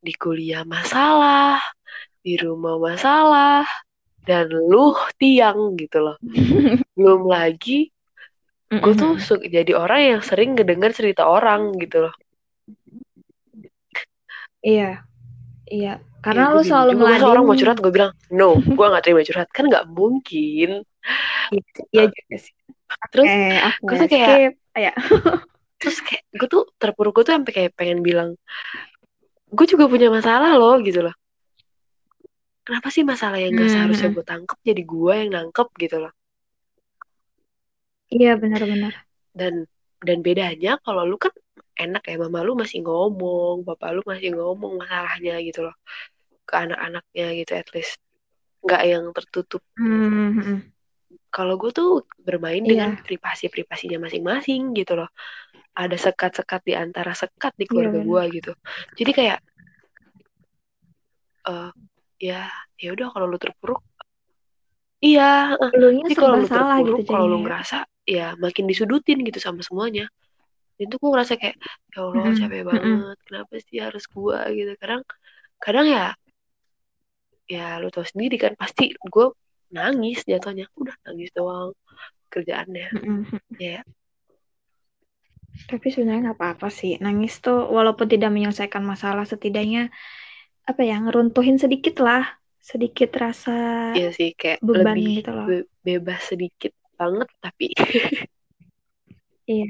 di kuliah masalah, di rumah masalah, dan lu tiang gitu loh. Belum lagi, gue tuh Mm-mm. jadi orang yang sering ngedenger cerita orang gitu loh. Iya, iya. Ya Karena gue lu bingung selalu juga, masa orang mau ngeladenin. curhat, gue bilang, no, gue gak terima curhat. Kan gak mungkin. Iya juga sih. Terus, Oke, gue tuh kayak, skip. Ya. terus kayak, gue tuh terpuruk, gue tuh sampai kayak pengen bilang, gue juga punya masalah loh, gitu loh. Kenapa sih masalah yang gak seharusnya Mhm. gue tangkep, jadi gue yang nangkep gitu loh. Iya benar-benar. Dan dan bedanya kalau lu kan enak ya, mama lu masih ngomong, bapak lu masih ngomong masalahnya gitu loh ke anak-anaknya gitu, at least nggak yang tertutup. Mhm. Kalau gue tuh bermain dengan Iya, privasi-privasinya masing-masing gitu loh. Ada sekat-sekat di antara sekat di iya keluarga gue benar. gitu. Jadi kayak eh ya ya udah kalau lu terpuruk, iya. Elunya Jadi kalau serba lu salah terpuruk, gitu kalau lu jadinya ya. ngerasa ya makin disudutin gitu sama semuanya. Itu gue ngerasa kayak ya Allah Mhm. capek Mhm. banget. Kenapa sih harus gue gitu? Kadang kadang ya lu tau sendiri kan pasti gue nangis jatuhnya. Udah nangis doang kerjaannya. Mhm. Ya Tapi sebenarnya nggak apa-apa sih. Nangis tuh walaupun tidak menyelesaikan masalah, setidaknya apa ya, ngeruntuhin sedikit lah, sedikit rasa ya sih kayak beban lebih gitu loh. bebas sedikit banget tapi Iya.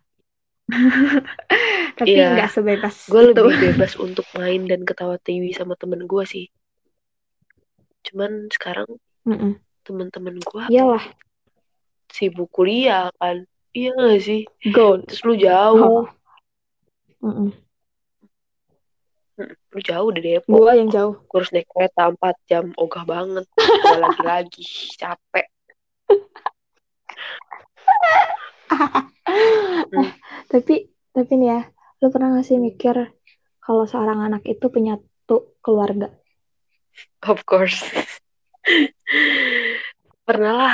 Tapi iya, nggak sebebas gue itu. lebih bebas untuk main dan ketawa tiwi sama temen gue sih. Cuman sekarang Mm-mm. temen-temen gue Iyalah, sibuk kuliah kan. Iya gak sih? goal. Terus lu jauh. Oh, mm-mm. Lu jauh di Depok. Gua yang jauh. Gue harus naik kereta 4 jam. Ogah banget. Gak lagi-lagi. Capek. Hmm, Tapi nih ya, lu pernah gak sih mikir kalau seorang anak itu penyatu keluarga? of course. Pernah lah.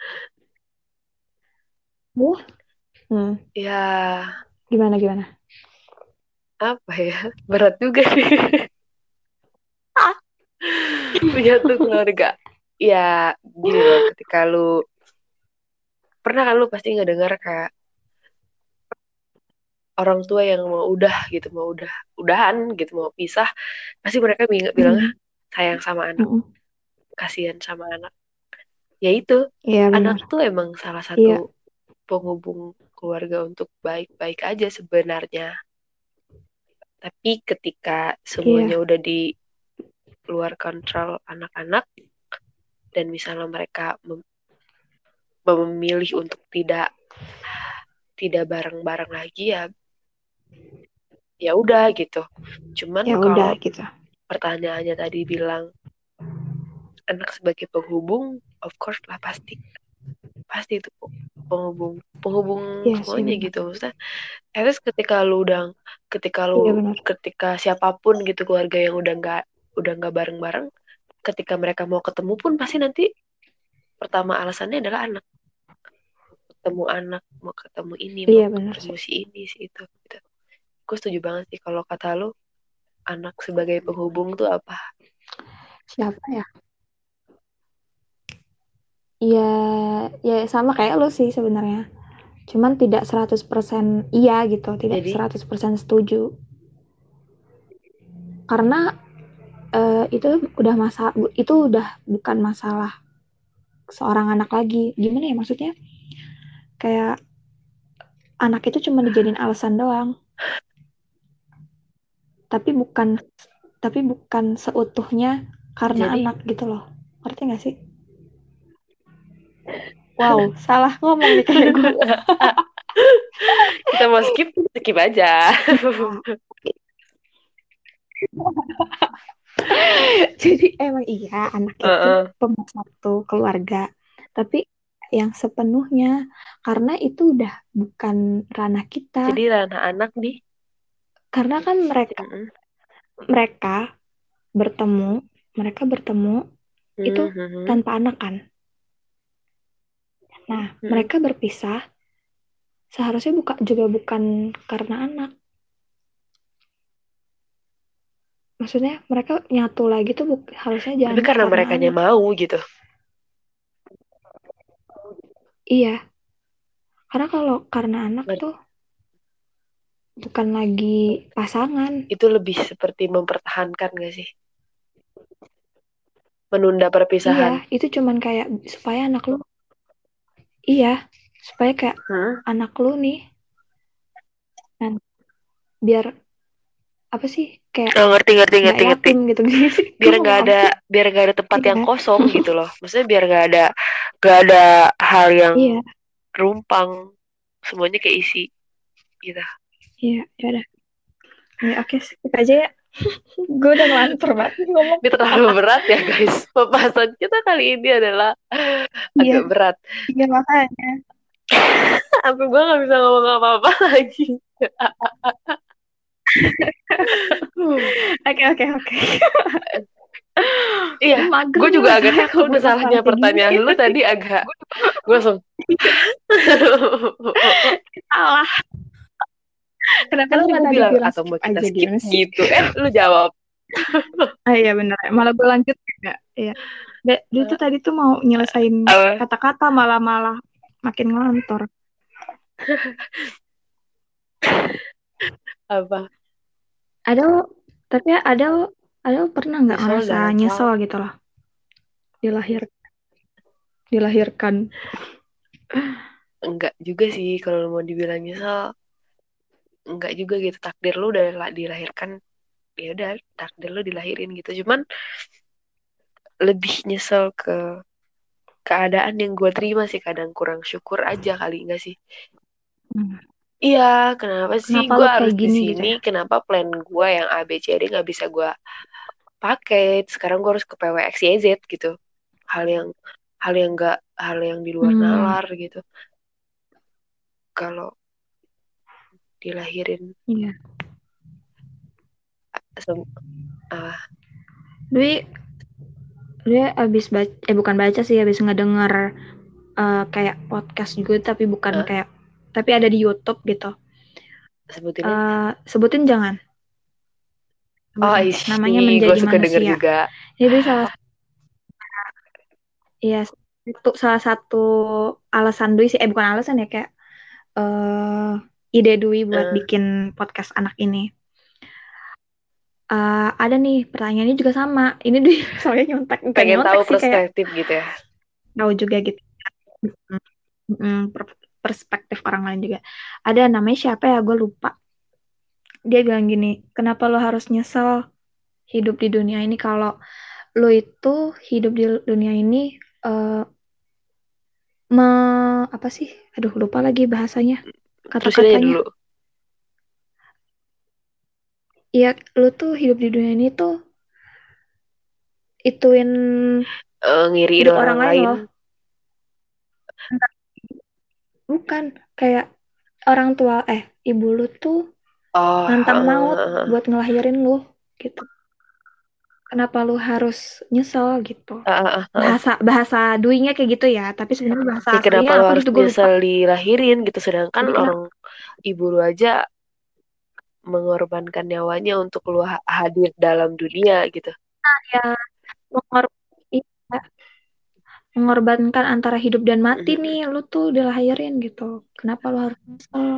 Wah, hmm. Ya, Gimana gimana? apa ya? Berat juga sih. Punya tuh keluarga. Ya, gini loh. Ketika lu... Pernah kan lu pasti ngedenger kayak orang tua yang mau udah gitu. Mau udahan gitu. Mau pisah. Pasti mereka bilang Mm-mm. sayang sama anak. Mm-mm. Kasihan sama anak. Ya itu. Iya Anak benar. tuh emang salah satu Iya, penghubung keluarga untuk baik-baik aja sebenarnya. Tapi ketika semuanya iya, udah di luar kontrol anak-anak dan misalnya mereka memilih untuk tidak tidak bareng-bareng lagi ya ya udah gitu. Cuman ya kalau udah gitu. pertanyaannya tadi bilang anak sebagai penghubung, of course lah pasti pasti itu penghubung penghubung Iya sih semuanya benar. gitu. Maksudnya, terus ketika Iya lu benar. ketika siapapun gitu keluarga yang udah nggak bareng-bareng, ketika mereka mau ketemu pun pasti nanti pertama alasannya adalah anak. Ketemu anak, mau ketemu ini, mau Iya benar ketemu sih. si ini, si itu, gitu. Gue setuju banget sih kalau kata lu, anak sebagai penghubung tuh apa? Siapa ya? Iya, ya sama kayak lu sih sebenarnya. Cuman tidak 100% iya gitu, tidak Jadi, 100% setuju. Karena itu udah itu udah bukan masalah seorang anak lagi. Gimana ya maksudnya? Kayak anak itu cuma dijadiin alasan doang, tapi bukan seutuhnya karena jadi anak gitu loh. Ngerti gak sih? Wow, salah ngomong nih kayak gue. kita mau skip, skip aja. Iya. Jadi emang iya anak itu Heeh. pemersatu keluarga, tapi yang sepenuhnya karena itu udah bukan ranah kita. Jadi ranah anak di, Karena kan mereka mm-mm. mereka bertemu, mereka bertemu itu Mhm. tanpa anak kan. Nah, Mm-mm. mereka berpisah seharusnya juga bukan karena anak. maksudnya mereka nyatu lagi tuh harusnya Tapi jangan karena karena merekanya anak. mau gitu. Iya, karena kalau karena anak Nah, tuh bukan lagi pasangan. itu lebih seperti mempertahankan gak sih? Menunda Iya, perpisahan. itu cuman kayak supaya anak lu, iya, supaya kayak Hmm? anak lu nih, dan biar apa sih kayak Oh, ngerti ngerti nggak ngerti ngerti. yatim gitu gini sih. Gue Biar ngomong nggak apa ada sih? biar nggak ada tempat yang Iya, kosong gitu loh. Maksudnya biar nggak ada hal yang iya, rumpang. Semuanya keisi gitu. iya, ya udah. Ya, oke, skip aja ya. Gue udah ngelantur banget nih ngomong. Ini terlalu berat ya guys. Pembahasan kita kali ini adalah Iya, agak berat. iya makanya. Sampai gue nggak bisa ngomong apa-apa lagi. Oke, oke, oke. Iya, Gue mager gue nih juga agak masalahnya takut kalau buat masalahnya masalah kayak gini. pertanyaan lu tadi agak gue langsung Salah. Kenapa kan lu tadi nggak gue tadi bilang bilang atau skip mau kita aja skip gimana sih? gitu lu jawab Ah iya bener. Malah gue lanjut enggak. Iya. Dia tuh tadi tuh mau nyelesain apa kata-kata malah makin ngelantur. apa Ada tapi ada pernah nggak nyesel ngerasa dalam hal nyesel gitu loh dilahirkan. enggak juga sih kalau mau dibilang nyesel enggak juga gitu takdir lu udah dilahirkan ya udah takdir lu dilahirin gitu cuman lebih nyesel ke keadaan yang gue terima sih kadang kurang syukur aja kali enggak sih. Hmm. Iya, kenapa sih Kenapa gue lu harus kayak di gini gitu sini? ya? Kenapa plan gue yang A, B, C, D nggak bisa gue pakai? Sekarang gue harus ke P, W, X, Y, Z gitu. Hal yang hal yang nggak hal yang di luar Hmm, nalar gitu. Kalau dilahirin iya. sem- ah, Dwi dia abis baca bukan baca sih abis ngedenger kayak podcast juga tapi bukan ah, kayak tapi ada di YouTube gitu. sebutinnya. Sebutin jangan Oh, sebutin. Namanya ini gue Menjadi suka denger Manusia. juga. Jadi ya itu salah satu alasan Dwi sih bukan alasan ya kayak eh ide Dwi buat Eh, bikin podcast anak ini. Ada nih pertanyaannya juga sama. Ini Dwi soalnya nyontek bukan pengen nyontek tahu sih kayak perspektif gitu ya. tahu juga gitu. Mm, perspektif orang lain juga. Ada namanya siapa ya? Gue lupa. Dia bilang gini, kenapa lo harus nyesel hidup di dunia ini kalau lo itu hidup di dunia ini eh, me apa sih? Aduh, lupa lagi bahasanya, Terusin aja kata-katanya. dulu. Iya, lo tuh hidup di dunia ini tuh ituin Ngiriin hidup orang orang lain lain. loh. Bukan kayak orang tua ibu lu tuh Oh, nantang maut buat ngelahirin lu gitu. Kenapa lu harus nyesel gitu? ah. Bahasa bahasa duinya kayak gitu ya, tapi sebenarnya bahasa Ya, kenapa aslinya lo apa harus gitu gue lupa. nyesel dilahirin gitu sedangkan Jadi orang kenapa ibu lu aja mengorbankan nyawanya untuk lu hadir dalam dunia gitu. ya mengor- iya, mengorbankan antara hidup dan mati nih, Mhm. lu tuh dilahirin gitu. Kenapa lu harus nyesel?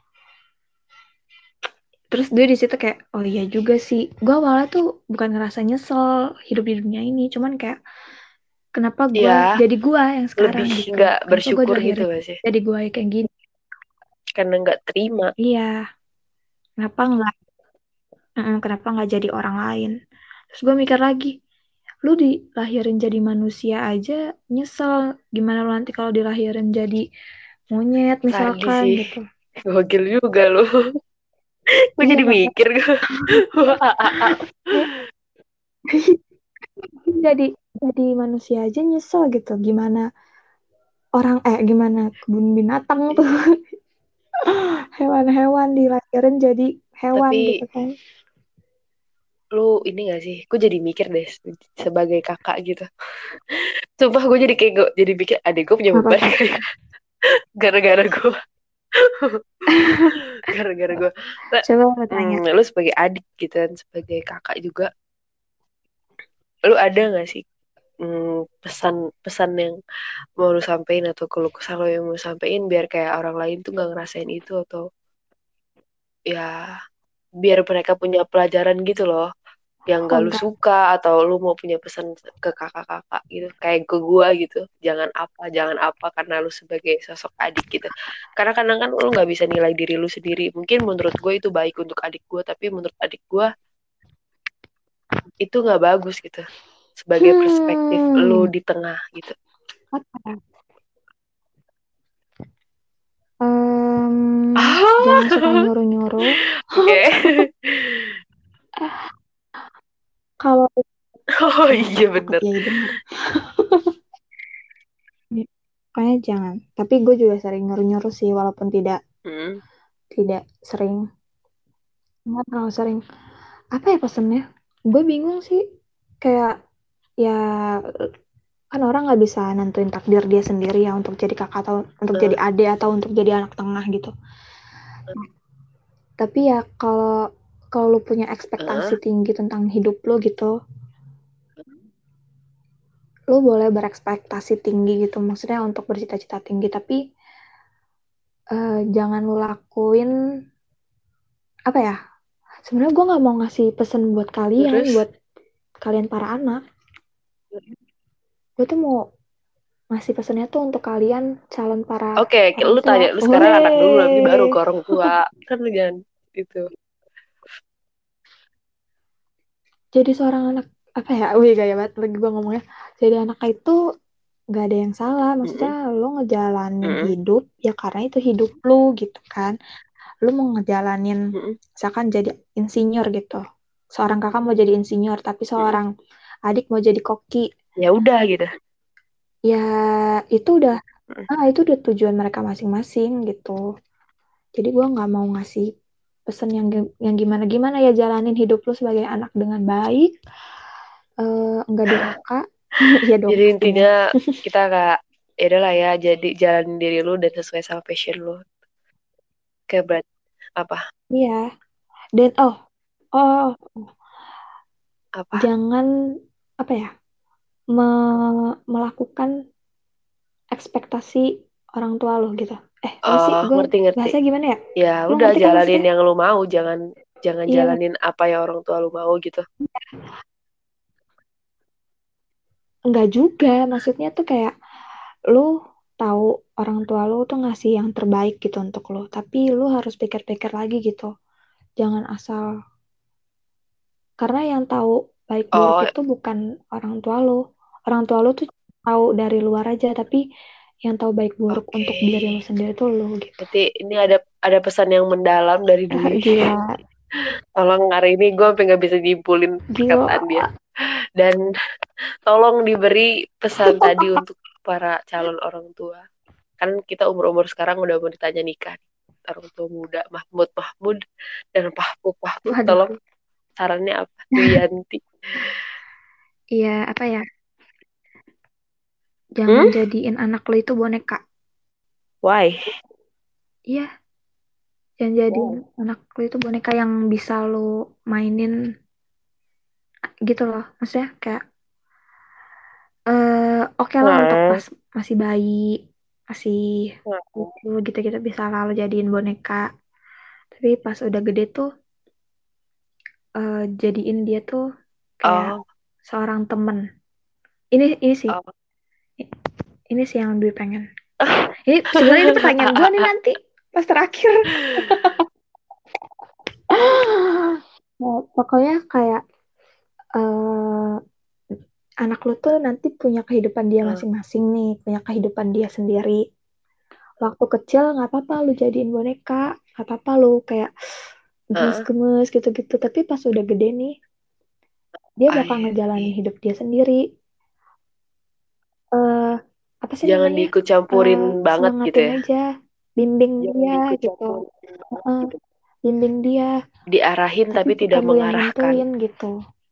Terus dia di situ kayak, oh iya juga sih. Gue awalnya tuh bukan ngerasa nyesel hidup di dunia ini, cuman kayak kenapa gue Ya, jadi gue yang sekarang lebih gitu. nggak Kenapa gue bersyukur gitu dilahirin gak sih? jadi gue kayak gini? Karena nggak terima. Iya, kenapa nggak? Kenapa nggak jadi orang lain? Terus gue mikir lagi, lu dilahirin jadi manusia aja nyesel. Gimana lu nanti kalau dilahirin jadi monyet Sadis misalkan sih. gitu. Gokil juga lu. Gue Iya jadi makanya mikir gue. jadi manusia aja nyesel gitu. Gimana kebun binatang tuh hewan-hewan dilahirin jadi hewan Tapi gitu kan. lu ini gak sih? Gue jadi mikir deh sebagai kakak gitu. Sumpah gue jadi kayak gue jadi pikir adik gue punya Apa beban tuh? kayak gara-gara gue. Gara-gara gue, Coba lu tanya. lu sebagai adik gitu kan, sebagai kakak juga, lu ada nggak sih pesan-pesan yang mau lu sampein atau keluh kesah lo yang mau sampein biar kayak orang lain tuh nggak ngerasain itu, atau ya biar mereka punya pelajaran gitu loh yang Oh gak lu enggak. suka, atau lu mau punya pesan ke kakak-kakak gitu kayak ke gua gitu, jangan apa karena lu sebagai sosok adik gitu, karena kadang kan lu nggak bisa nilai diri lu sendiri, mungkin menurut gue itu baik untuk adik gua tapi menurut adik gua itu nggak bagus gitu sebagai perspektif lu Hmm, di tengah gitu. apa ya? Jangan suka Ah, nyuruh-nyuruh. oke. Kalau Oh ya iya takut bener. ya benar. Pokoknya jangan. Tapi gue juga sering nyuruh-nyuruh sih, walaupun tidak Hmm, tidak sering. Nggak terlalu sering. Apa ya pesennya? Gue bingung sih. Kayak ya kan orang nggak bisa nentuin takdir dia sendiri ya untuk jadi kakak atau untuk jadi eh, adik atau untuk jadi anak tengah gitu. Tapi ya kalau kalau lu punya ekspektasi eh, tinggi tentang hidup lu gitu, lu boleh berekspektasi tinggi gitu. Maksudnya untuk bercita-cita tinggi, tapi jangan lu lakuin apa ya? Sebenarnya gue nggak mau ngasih pesan buat kalian, terus buat kalian para anak. Gue tuh mau ngasih pesannya tuh untuk kalian calon para oke, orang lu tua. tanya, lu sekarang anak dulu, nanti baru ke Weh. orang tua. Kan lu jangan itu. Jadi seorang anak apa ya? Wih gaya banget lagi gue ngomongnya. Jadi anak itu nggak ada yang salah. Maksudnya Mm-mm, lo ngejalanin mm-mm, hidup ya karena itu hidup lo gitu kan. Lo mau ngejalanin mm-mm, misalkan jadi insinyur gitu. Seorang kakak mau jadi insinyur, tapi mm-mm. seorang adik mau jadi koki. Ya udah gitu. Ya itu udah, Mm-mm. itu udah tujuan mereka masing-masing gitu. Jadi gue nggak mau ngasih pesan yang gimana-gimana ya, jalanin hidup lu sebagai anak dengan baik, nggak durhaka. Iya dong Jadi pastinya. intinya kita gak, ya udahlah ya, jadi jalanin diri lu dan sesuai sama passion lu. Kayak berat apa? Iya. Dan oh, Apa? jangan apa ya, melakukan ekspektasi orang tua lo gitu. Apa sih Oh, gue ngerti-ngerti. bahasanya gimana ya? Ya Lo udah, ngerti kan jalanin maksudnya? yang lu mau, jangan jangan Iya, jalanin apa yang orang tua lu mau gitu. enggak juga. Maksudnya tuh kayak lu tahu orang tua lu tuh ngasih yang terbaik gitu untuk lu, tapi lu harus pikir-pikir lagi gitu. Jangan asal, karena yang tahu baik buruk Oh, itu bukan orang tua lu. Orang tua lu tuh tahu dari luar aja, tapi yang tahu baik buruk oke. untuk diri lu sendiri tuh lu gitu. Berarti ini ada pesan yang mendalam dari Dwi. Gila, Tolong hari ini gue sampai nggak bisa nyimpulin gila. perkataan dia. Dan tolong diberi pesan tadi untuk para calon orang tua. Kan kita umur-umur sekarang udah mau ditanya nikah. Orang tua muda, Mahmud Mahmud dan Pahpu Pahpu. Waduh, Tolong sarannya apa? Wiyanti. iya apa ya? Jangan Hmm? jadiin anak lu itu boneka. Why? Iya, jangan jadiin anak lu itu boneka yang bisa lu mainin gitu loh. Maksudnya kayak oke lah untuk Nah, pas masih bayi, masih lucu gitu-gitu bisa lalu jadiin boneka. Tapi pas udah gede tuh jadiin dia tuh kayak oh, seorang temen. Ini sih, oh. ini sih yang Dwi pengen. Ini sebenarnya ini pertanyaan gue nih nanti pas terakhir. Nah, pokoknya kayak eh anak lu tuh nanti punya kehidupan dia masing-masing nih, punya kehidupan dia sendiri. Waktu kecil nggak apa-apa lu jadiin boneka, nggak apa-apa lu kayak gemes-gemes gitu-gitu. Tapi pas udah gede nih, dia Ah, bakal iya ngejalanin sih. hidup dia sendiri. eh Apa sih Jangan namanya? diikut campurin banget gitu Semangatin ya. aja, bimbing Jangan dia diikut gitu. campurin banget Heeh, gitu. bimbing dia, Diarahin tapi tapi tidak bukan lu yang mengarahkan. nentuin gitu.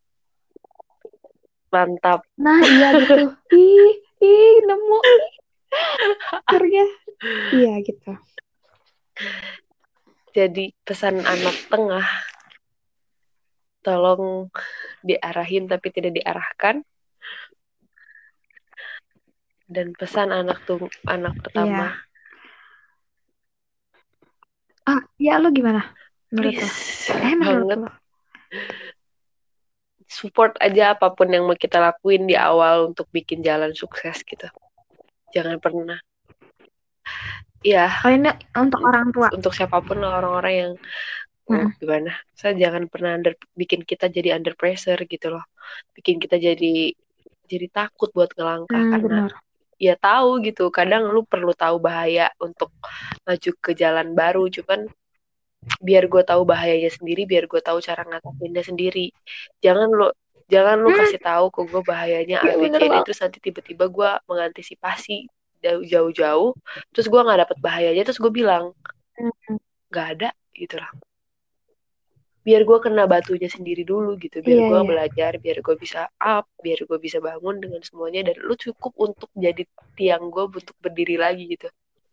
Mantap. Nah, iya gitu. Ih, ih, nemu nih akhirnya. Iya gitu. Jadi pesan anak tengah, tolong diarahin tapi tidak diarahkan. Dan pesan anak pertama, Iya. Ah, ya lo gimana? Menurut lo? please Menurut banget lo? support aja apapun yang mau kita lakuin di awal untuk bikin jalan sukses gitu. Jangan pernah, ya Oh ini untuk orang tua. untuk siapapun lah orang-orang yang Mm-mm. gimana, saya jangan pernah bikin kita jadi under pressure gitu loh, bikin kita jadi takut buat ngelangkah karena Benar. ya tahu gitu kadang lu perlu tahu bahaya untuk maju ke jalan baru, cuman biar gue tahu bahayanya sendiri, biar gue tahu cara ngatasinnya sendiri. Jangan lu jangan lu kasih tahu ke gue bahayanya A Iya B bener C D banget. terus nanti tiba-tiba gue mengantisipasi jauh-jauh terus gue nggak dapet bahayanya terus gue bilang Mm. nggak ada gitu lah. Biar gue kena batunya sendiri dulu gitu, biar Iya gue iya belajar, biar gue bisa up, biar gue bisa bangun dengan semuanya, dan lu cukup untuk jadi tiang gue untuk berdiri lagi gitu,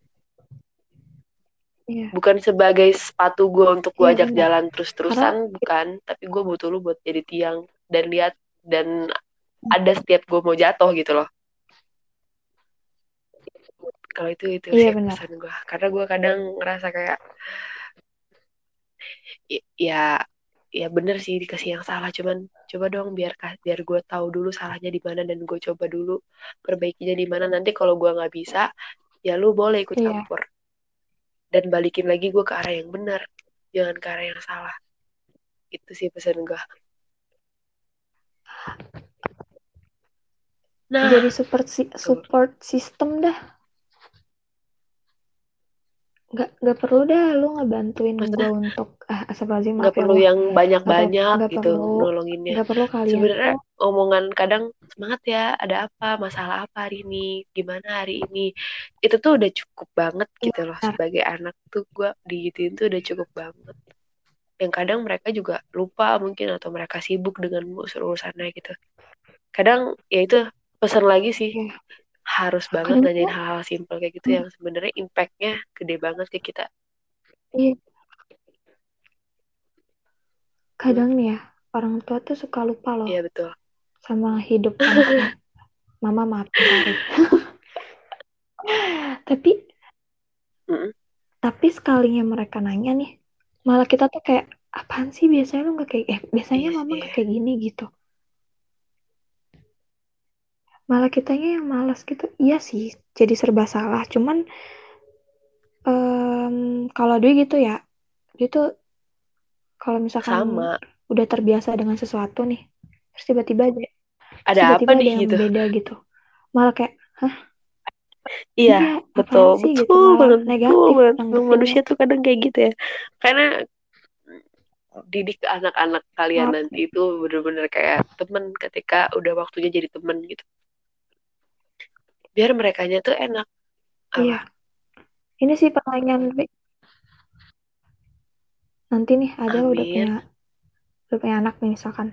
iya bukan sebagai sepatu gue untuk gue iya ajak benar. jalan Karena terus-terusan, bukan, tapi gue butuh lu buat jadi tiang dan lihat dan ada setiap gue mau jatuh gitu loh. Kalau itu iya sih benar. pesan gue, karena gue kadang ngerasa kayak ya ya bener sih dikasih yang salah, cuman coba dong biar gue tahu dulu salahnya di mana dan gue coba dulu perbaikinya di mana, nanti kalau gue nggak bisa ya lu boleh ikut Iya. campur dan balikin lagi gue ke arah yang benar, jangan ke arah yang salah. Itu sih pesan gue. Nah Jadi tuh support system dah. Nggak perlu dah lu ngebantuin maksudnya gue untuk astagfirullahaladzim nggak maaf ya perlu Allah. yang banyak-banyak Nggak gitu perlu nolonginnya. nggak perlu kalian Sebenarnya tuh. omongan kadang semangat ya, ada apa, masalah apa hari ini, gimana hari ini, itu tuh udah cukup banget Iya gitu loh, benar. sebagai anak tuh gue digituin tuh udah cukup banget. Yang kadang mereka juga lupa mungkin atau mereka sibuk dengan urusannya gitu. Kadang ya itu pesan lagi sih, Iya. harus banget Kadang nanyain tuh hal-hal simpel kayak gitu yang sebenarnya impactnya gede banget ke kita. iya, Hmm, kadang nih ya orang tua tuh suka lupa loh iya betul. sama hidup anaknya. Mama maafin sorry. Tapi Mm-mm. tapi sekalinya mereka nanya nih, malah kita tuh kayak apaan sih biasanya lu nggak kayak biasanya Iya mama sih. nggak kayak gini gitu. Malah kitanya yang malas gitu. Iya sih, jadi serba salah. Cuman kalau dia gitu ya, dia tuh kalau misalkan Sama. udah terbiasa dengan sesuatu nih, terus terus Ada apa tiba-tiba nih ada yang gitu. beda gitu. Malah kayak, hah, Iya, iya betul, apaan sih gitu. betul Malah banget, betul negatif banget. Memang nanggepinnya. manusia tuh kadang kayak gitu ya. Karena didik anak-anak kalian Maaf. nanti itu bener-bener kayak temen ketika udah waktunya jadi temen gitu. Biar merekanya tuh enak. Apa? Iya, ini sih pertanyaan nanti nih ada lo Amin. udah punya anak nih misalkan.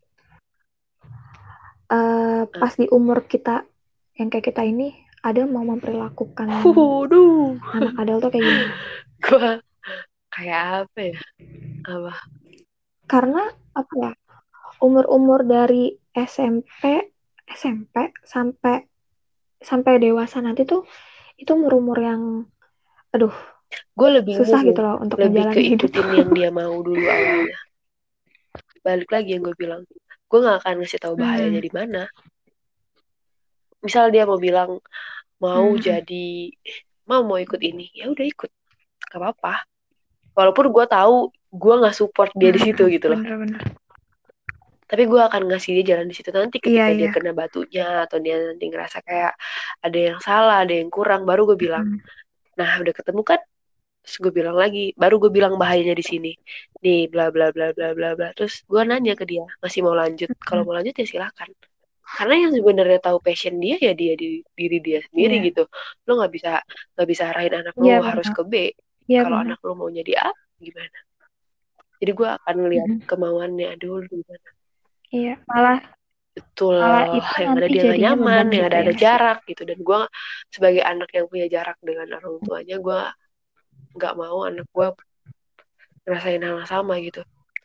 Ah, Pas di umur kita yang kayak kita ini, ada mau memperlakukan Waduh, anak adult tuh kayak gimana? gue kayak apa ya? Apa? Karena apa ya? Umur-umur dari SMP sampai sampai dewasa nanti tuh itu umur-umur yang aduh Gue lebih ini susah sih, gitu loh untuk lebih ke menjalani hidup. ikutin yang dia mau dulu awalnya. Balik lagi yang gue bilang, gue gak akan ngasih tahu bahayanya Hmm, di mana. Misal dia mau bilang mau hmm, jadi mau ikut ini, ya udah ikut, gak apa-apa. Walaupun gue tahu gue nggak support dia di situ gitu loh, bener-bener. tapi gue akan ngasih dia jalan di situ. Nanti Iya ketika dia iya. kena batunya atau dia nanti ngerasa kayak ada yang salah, ada yang kurang, baru gue bilang, Hmm, nah udah ketemu kan, terus gue bilang lagi, baru gue bilang bahayanya di sini nih, bla bla bla bla bla bla, terus gue nanya ke dia masih mau lanjut, kalau hmm, mau lanjut ya silakan, karena yang sebenarnya tahu passion dia ya dia di diri dia sendiri iya gitu. Lo nggak bisa arahin anak lo iya harus benar ke B, iya kalau benar. anak lo mau jadi A gimana. Jadi gue akan ngeliat Hmm, kemauannya dulu gimana. iya malah Betul, malah itu yang ada nanti dia nggak jadinya nyaman, beban yang kita ada ya ada nggak sih? jarak gitu. Dan gue sebagai anak yang punya jarak dengan orang tuanya, gue nggak mau anak gue ngerasain hal yang sama gitu.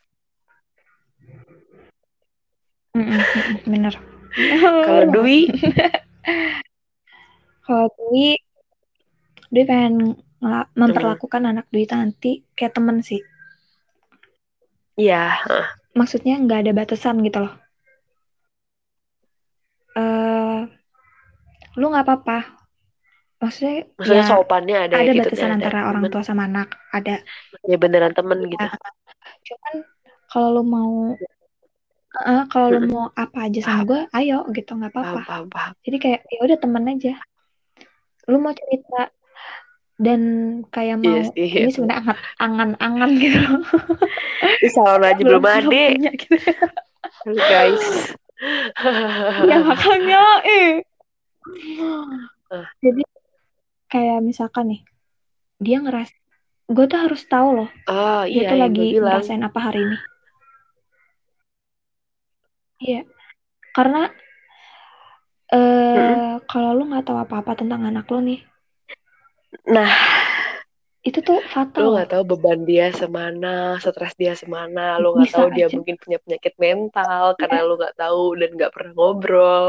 Bener. Kalau Bener banget. Dwi, Kalau Dwi pengen hmm, memperlakukan anak Dwi nanti kayak temen sih. iya, Maksudnya nggak ada batasan gitu loh. Eh, lu nggak apa-apa. Maksudnya maksudnya ya sopannya ada, ada attitude-nya batasan ada, antara orang cuman tua sama anak. Ada. ya beneran temen gitu. Ya, cuman kalau lu mau kalau lu Mm-mm. mau apa aja sama Paham, gue, ayo gitu nggak apa-apa. paham, paham, paham. Jadi kayak ya udah temen aja. Lu mau cerita dan kayak Iya mau sih, ini emang. sebenarnya angan-angan gitu. Di salon aja belum belum belum ada. punya gitu. Halo guys. Iya makanya Ah, jadi kayak misalkan nih dia ngeras gue tuh harus tahu loh oh dia iya tuh yang lagi gue bilang. ngerasain apa hari ini. Iya karena Mm-mm. kalau lu nggak tahu apa-apa tentang anak lu nih Nah, itu tuh lu fatal loh. nggak tahu beban dia semana, stres dia semana, lu nggak Bisa tahu dia aja. mungkin punya penyakit mental karena Iya, lu nggak tahu dan nggak pernah ngobrol.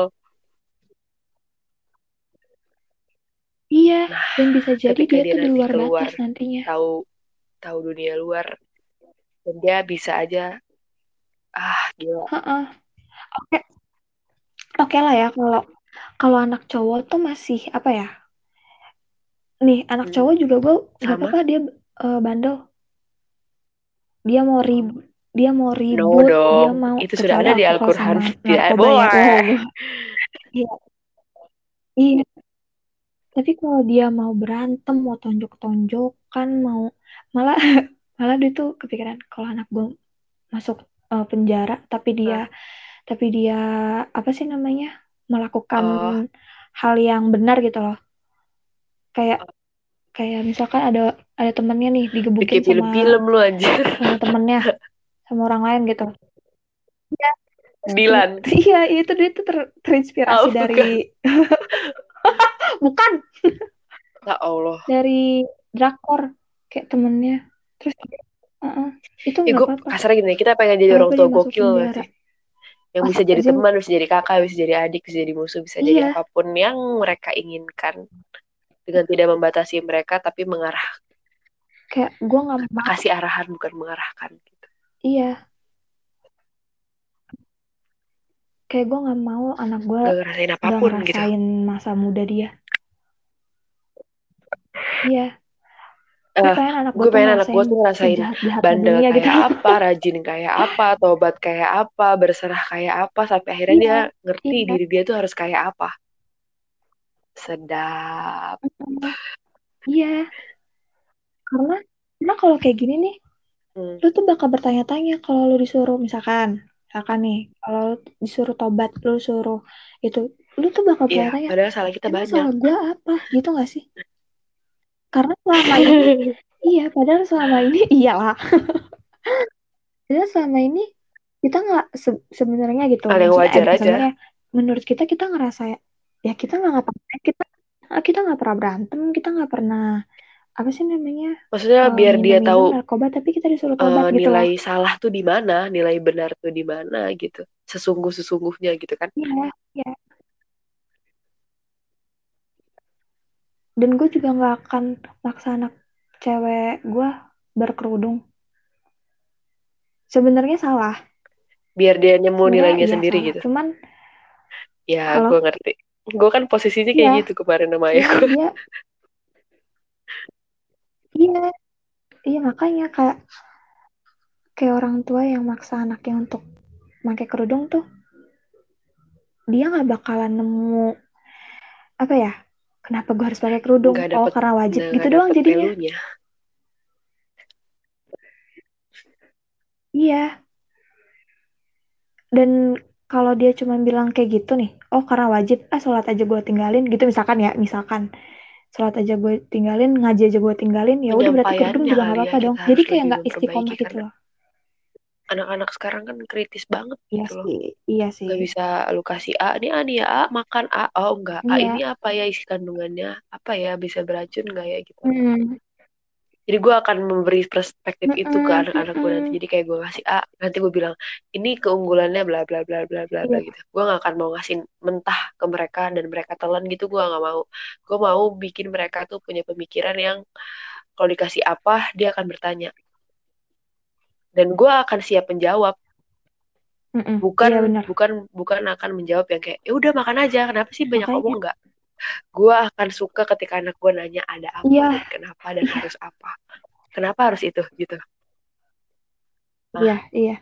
iya Nah, dan bisa jadi ketika dia dia tuh di nanti luar keluar, batas nantinya. tahu tahu dunia luar, dan dia bisa aja, gila. Heeh. Oke, oke lah ya kalau kalau anak cowok tuh masih apa ya. Nih, anak Hmm, cowok juga gue nggak sama? apa-apa dia bandel. Dia mau dia mau No ribut, dia dong, mau itu sudah kecuali ada di alkohol Al-Quran. sama Tidak narkoba ya. Oh, boleh. gue. Iya, iya. Tapi kalau dia mau berantem, mau tonjok-tonjokan, mau malah malah dia tuh kepikiran kalau anak gue masuk penjara, Hah? tapi dia apa sih namanya melakukan Oh, hal yang benar gitu loh. Kayak kayak misalkan ada temennya nih digebukin bikin film-film lu anjir. sama temennya sama orang lain gitu. Iya, terus Dilan. iya itu dia tuh terinspirasi Oh, dari bukan. bukan Ya Allah. dari drakor kayak temennya. Terus uh-uh, itu Ya nggak gue apa-apa, kasar gini, kita pengen jadi nggak orang apa-apa tua dia masuk gokil gak penjara. sih? Yang bisa jadi Astagfirullahaladzim. teman, bisa jadi kakak, bisa jadi adik, bisa jadi musuh, bisa jadi Iya, apapun yang mereka inginkan. Dengan tidak membatasi mereka, tapi kayak gue nggak mau. kasih arahan, bukan mengarahkan. Gitu. Iya, kayak gue nggak mau anak gue Gak ngerasain nggak apapun gitu. ngerasain masa muda dia. Iya, gue eh pengen anak gue gue tuh pengen anak gue ngerasain tuh ngerasain sejahat jahatnya bandel dunia gitu. kayak apa, rajin kayak apa, tobat kayak apa, berserah kayak apa, sampai akhirnya dia Iya, ngerti iya. diri dia tuh harus kayak apa. Sedap. Iya, karena kalau kayak gini nih, Hmm. lu tuh bakal bertanya-tanya kalau lu disuruh misalkan nih, kalau lu disuruh tobat, lu suruh itu, lu tuh bakal Iya, bertanya-tanya, padahal salah kita emang banyak. salah gua apa, gitu gak sih? Karena selama ini, iya, padahal selama ini iyalah, padahal selama ini kita nggak sebenarnya gitu, Hal yang maksudnya wajar aja. sebenarnya menurut kita kita ngerasa ya kita nggak ngapa-ngapain, kita nggak pernah berantem, kita nggak pernah apa sih namanya Maksudnya biar dia minum-minum tahu narkoba, tapi kita disuruh tobat gitu loh. nilai salah tuh di mana, nilai benar tuh di mana gitu. Sesungguh-sesungguhnya gitu kan. Iya, iya. Dan gue juga nggak akan maksa anak cewek gue berkerudung. Sebenarnya salah, Biar dia nemu sebenarnya nilainya iya sendiri salah. gitu. Cuman Ya, gue halo, ngerti. Gue kan posisinya kayak iya, gitu kemarin sama cuman ayahku. dia, iya, iya makanya kayak kayak orang tua yang maksa anaknya untuk pakai kerudung tuh, dia nggak bakalan nemu apa ya? Kenapa gue harus pakai kerudung? Nggak Oh dapet, karena wajib gitu nggak doang dapet jadinya. value-nya. Iya, dan kalau dia cuma bilang kayak gitu nih, oh karena wajib, sholat aja gue tinggalin gitu misalkan ya, misalkan sholat aja gue tinggalin, ngaji aja gue tinggalin, ya udah berarti kerudung Penyampaiannya juga nggak kali ya, apa-apa dong. kita Jadi harus kayak lebih nggak memperbaiki istiqomah gitu karena loh. anak-anak sekarang kan kritis banget Iya gitu loh. sih, iya sih, Nggak bisa lu kasih A, nih A nih ya, A, makan A. Oh enggak, A ini iya. apa ya isi kandungannya? Apa ya, bisa beracun nggak ya gitu. Hmm. Jadi gue akan memberi perspektif itu ke anak-anak gue nanti. Jadi kayak gue ngasih A, nanti gue bilang ini keunggulannya bla bla bla bla bla bla Iya. gitu. Gue gak akan mau ngasih mentah ke mereka dan mereka telan gitu. Gue gak mau. Gue mau bikin mereka tuh punya pemikiran yang kalau dikasih apa dia akan bertanya. Dan gue akan siap menjawab. Bukan Iya benar. bukan bukan akan menjawab yang kayak ya udah makan aja. Kenapa sih banyak Makanya ngomong nggak? Gue akan suka ketika anak gue nanya ada apa dan iya, kenapa dan harus apa. Kenapa harus itu gitu. iya, Nah, iya.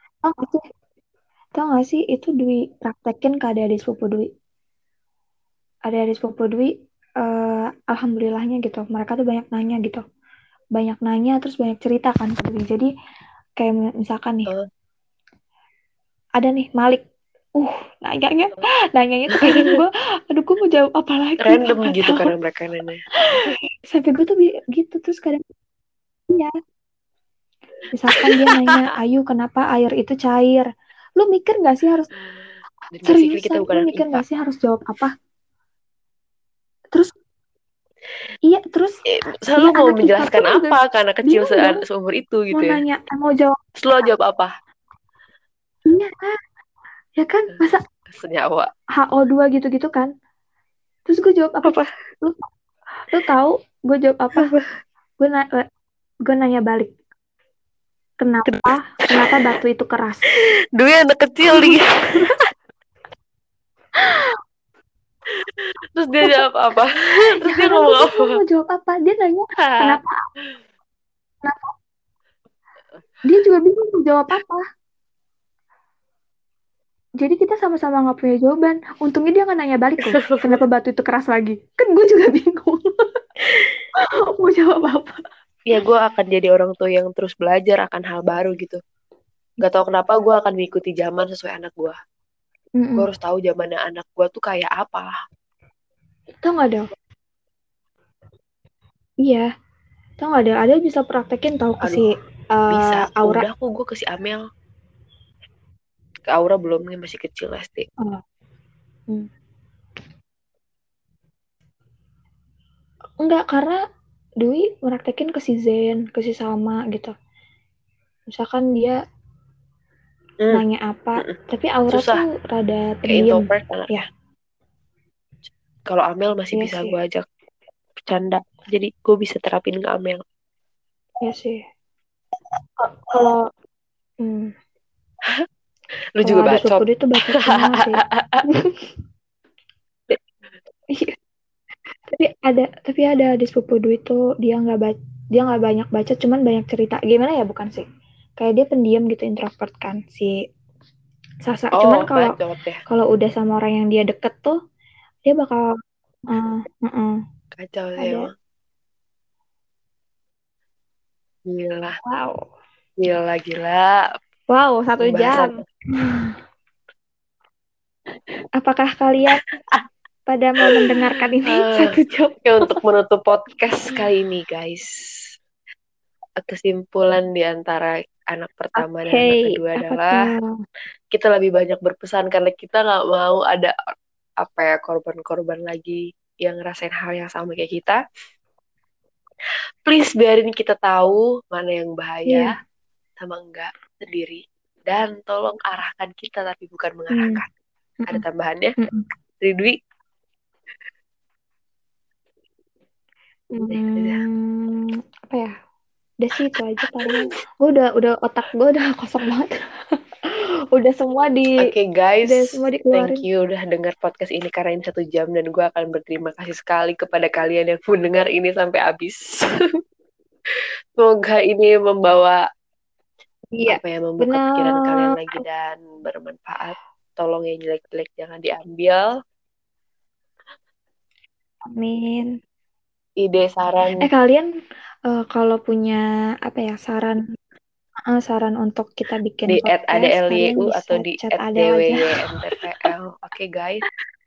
Tau gak sih itu Dwi praktekin ke adik-adik sepupu Dwi. Adik-adik sepupu Dwi, alhamdulillahnya gitu. Mereka tuh banyak nanya gitu. Banyak nanya terus banyak cerita kan ke Dwi. Jadi kayak misalkan nih, ada nih Malik. Uh, nanyanya, nanyanya tuh kadang gue, aduh gue mau jawab apa lagi, random gak gitu tahu. karena mereka nanya. Sampai gue tuh gitu terus kadang ya. Misalkan dia nanya, Ayu kenapa air itu cair? Lu mikir gak sih harus Dan basically kita seriusan? bukan Lu anak mikir IPA. gak sih harus jawab apa? Terus iya terus Selalu ya mau anak IPA menjelaskan pun juga apa ke anak kecil bingung dong seumur itu mau gitu ya. nanya mau jawab. Selalu jawab apa? Iya ya kan masa Senyawa. HO2 gitu-gitu kan. Terus gue jawab apa? Apa? Lu, lu tahu gue jawab apa? Apa? Gue na gue nanya balik. Kenapa batu itu keras? Dulu anak kecil nih. Terus dia jawab apa? Ya Terus dia karena gue ngomong apa? bingung mau jawab apa. Dia nanya kenapa? Kenapa? Dia juga bingung mau jawab apa. Jadi kita sama-sama nggak punya jawaban. Untungnya dia nggak nanya balik loh. Kenapa batu itu keras lagi? Kan gue juga bingung mau jawab apa. Ya gue akan jadi orang tua yang terus belajar akan hal baru gitu. Gak tau kenapa gue akan mengikuti zaman sesuai anak gue. Gue Mm-mm. harus tahu zamannya anak gue tuh kayak apa. Tau nggak dong? Iya, tau nggak ada bisa praktekin tahu ke si Aduh, bisa. Aura. Udah kok gue ke si Amel. Ke Aura belum, nih masih kecil SD. Oh. Hmm. Enggak, karena Dwi praktekin ke si Zen, ke si Salma gitu. Misalkan dia Hmm, nanya apa, mm-mm. tapi Aura Susah. tuh rada Kayak pendiam. introvert. Ya, Kalau Amel masih iya bisa sih. gue ajak bercanda. Jadi gue bisa terapin ke Amel. Iya sih. Kalau hmm, Lu kalau juga ada bacot. sepupu itu bacot semua sih. Iya, tapi ada di sepupu Dwi tuh dia nggak banyak baca, cuman banyak cerita. Gimana ya bukan sih? Kayak dia pendiam gitu, introvert kan si Sasa. Cuman Oh, kalau bacot ya. kalau udah sama orang yang dia deket tuh dia bakal Kacau sih ada. emang. Gila, Wow. gila, gila. Wow, 1 jam. Pembahasan. Apakah kalian pada mau mendengarkan ini Ah, 1 jam? Oke, untuk menutup podcast kali ini, guys. Kesimpulan di antara anak pertama dan Oke, anak kedua apa adalah tuh? kita lebih banyak berpesan karena kita nggak mau ada apa ya korban-korban lagi yang ngerasain hal yang sama kayak kita. Please biarin kita tahu mana yang bahaya Iya. sama enggak sendiri. Dan tolong arahkan kita tapi bukan Hmm. mengarahkan. Ada Mm-mm. tambahannya? Mm-mm. Ridwi? Udah. Apa ya? Udah sih itu aja palingan. Udah otak gue udah kosong banget. Udah semua Oke guys, udah semua thank dikeluarin. you udah dengar podcast ini karena ini 1 jam dan gue akan berterima kasih sekali kepada kalian yang mendengar ini sampai habis. Semoga ini membawa Iya, apa ya membuka pikiran kalian benar. lagi dan bermanfaat. Tolong yang jelek-jelek jangan diambil. Amin. Ide saran Kalian kalau punya apa ya saran untuk kita bikin di podcast, kalian @adlyu bisa atau di chat Ade aja. @dwyntpl. Oke guys,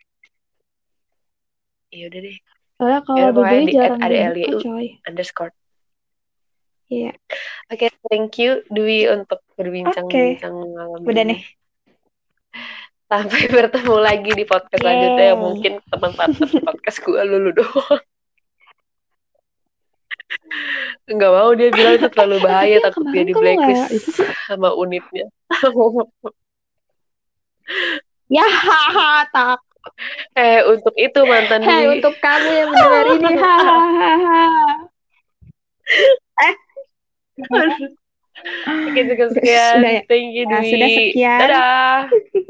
ya udah deh. Soalnya Ya kalau udah di pokoknya Dwi di jarang dibuka, @adlyu coy. underscore. Iya. Oke, thank you Dwi untuk Oke, berbincang-bincang malam udah ini. nih. Sampai bertemu lagi di podcast selanjutnya yang Yeay. mungkin teman partner podcast gue lulu doang. nggak mau, dia bilang itu terlalu bahaya, Tapi yang takut dia kemarin di kamu nggak blacklist itu sih? sama unitnya. Ya, haha, tak. Untuk itu mantan Hei, Dwi. untuk kamu yang mendengar ini, hahaha. Eh, Oke, cukup sudah sekian. ya. Thank you, Ya, Dwi. sudah sekian. Dadah.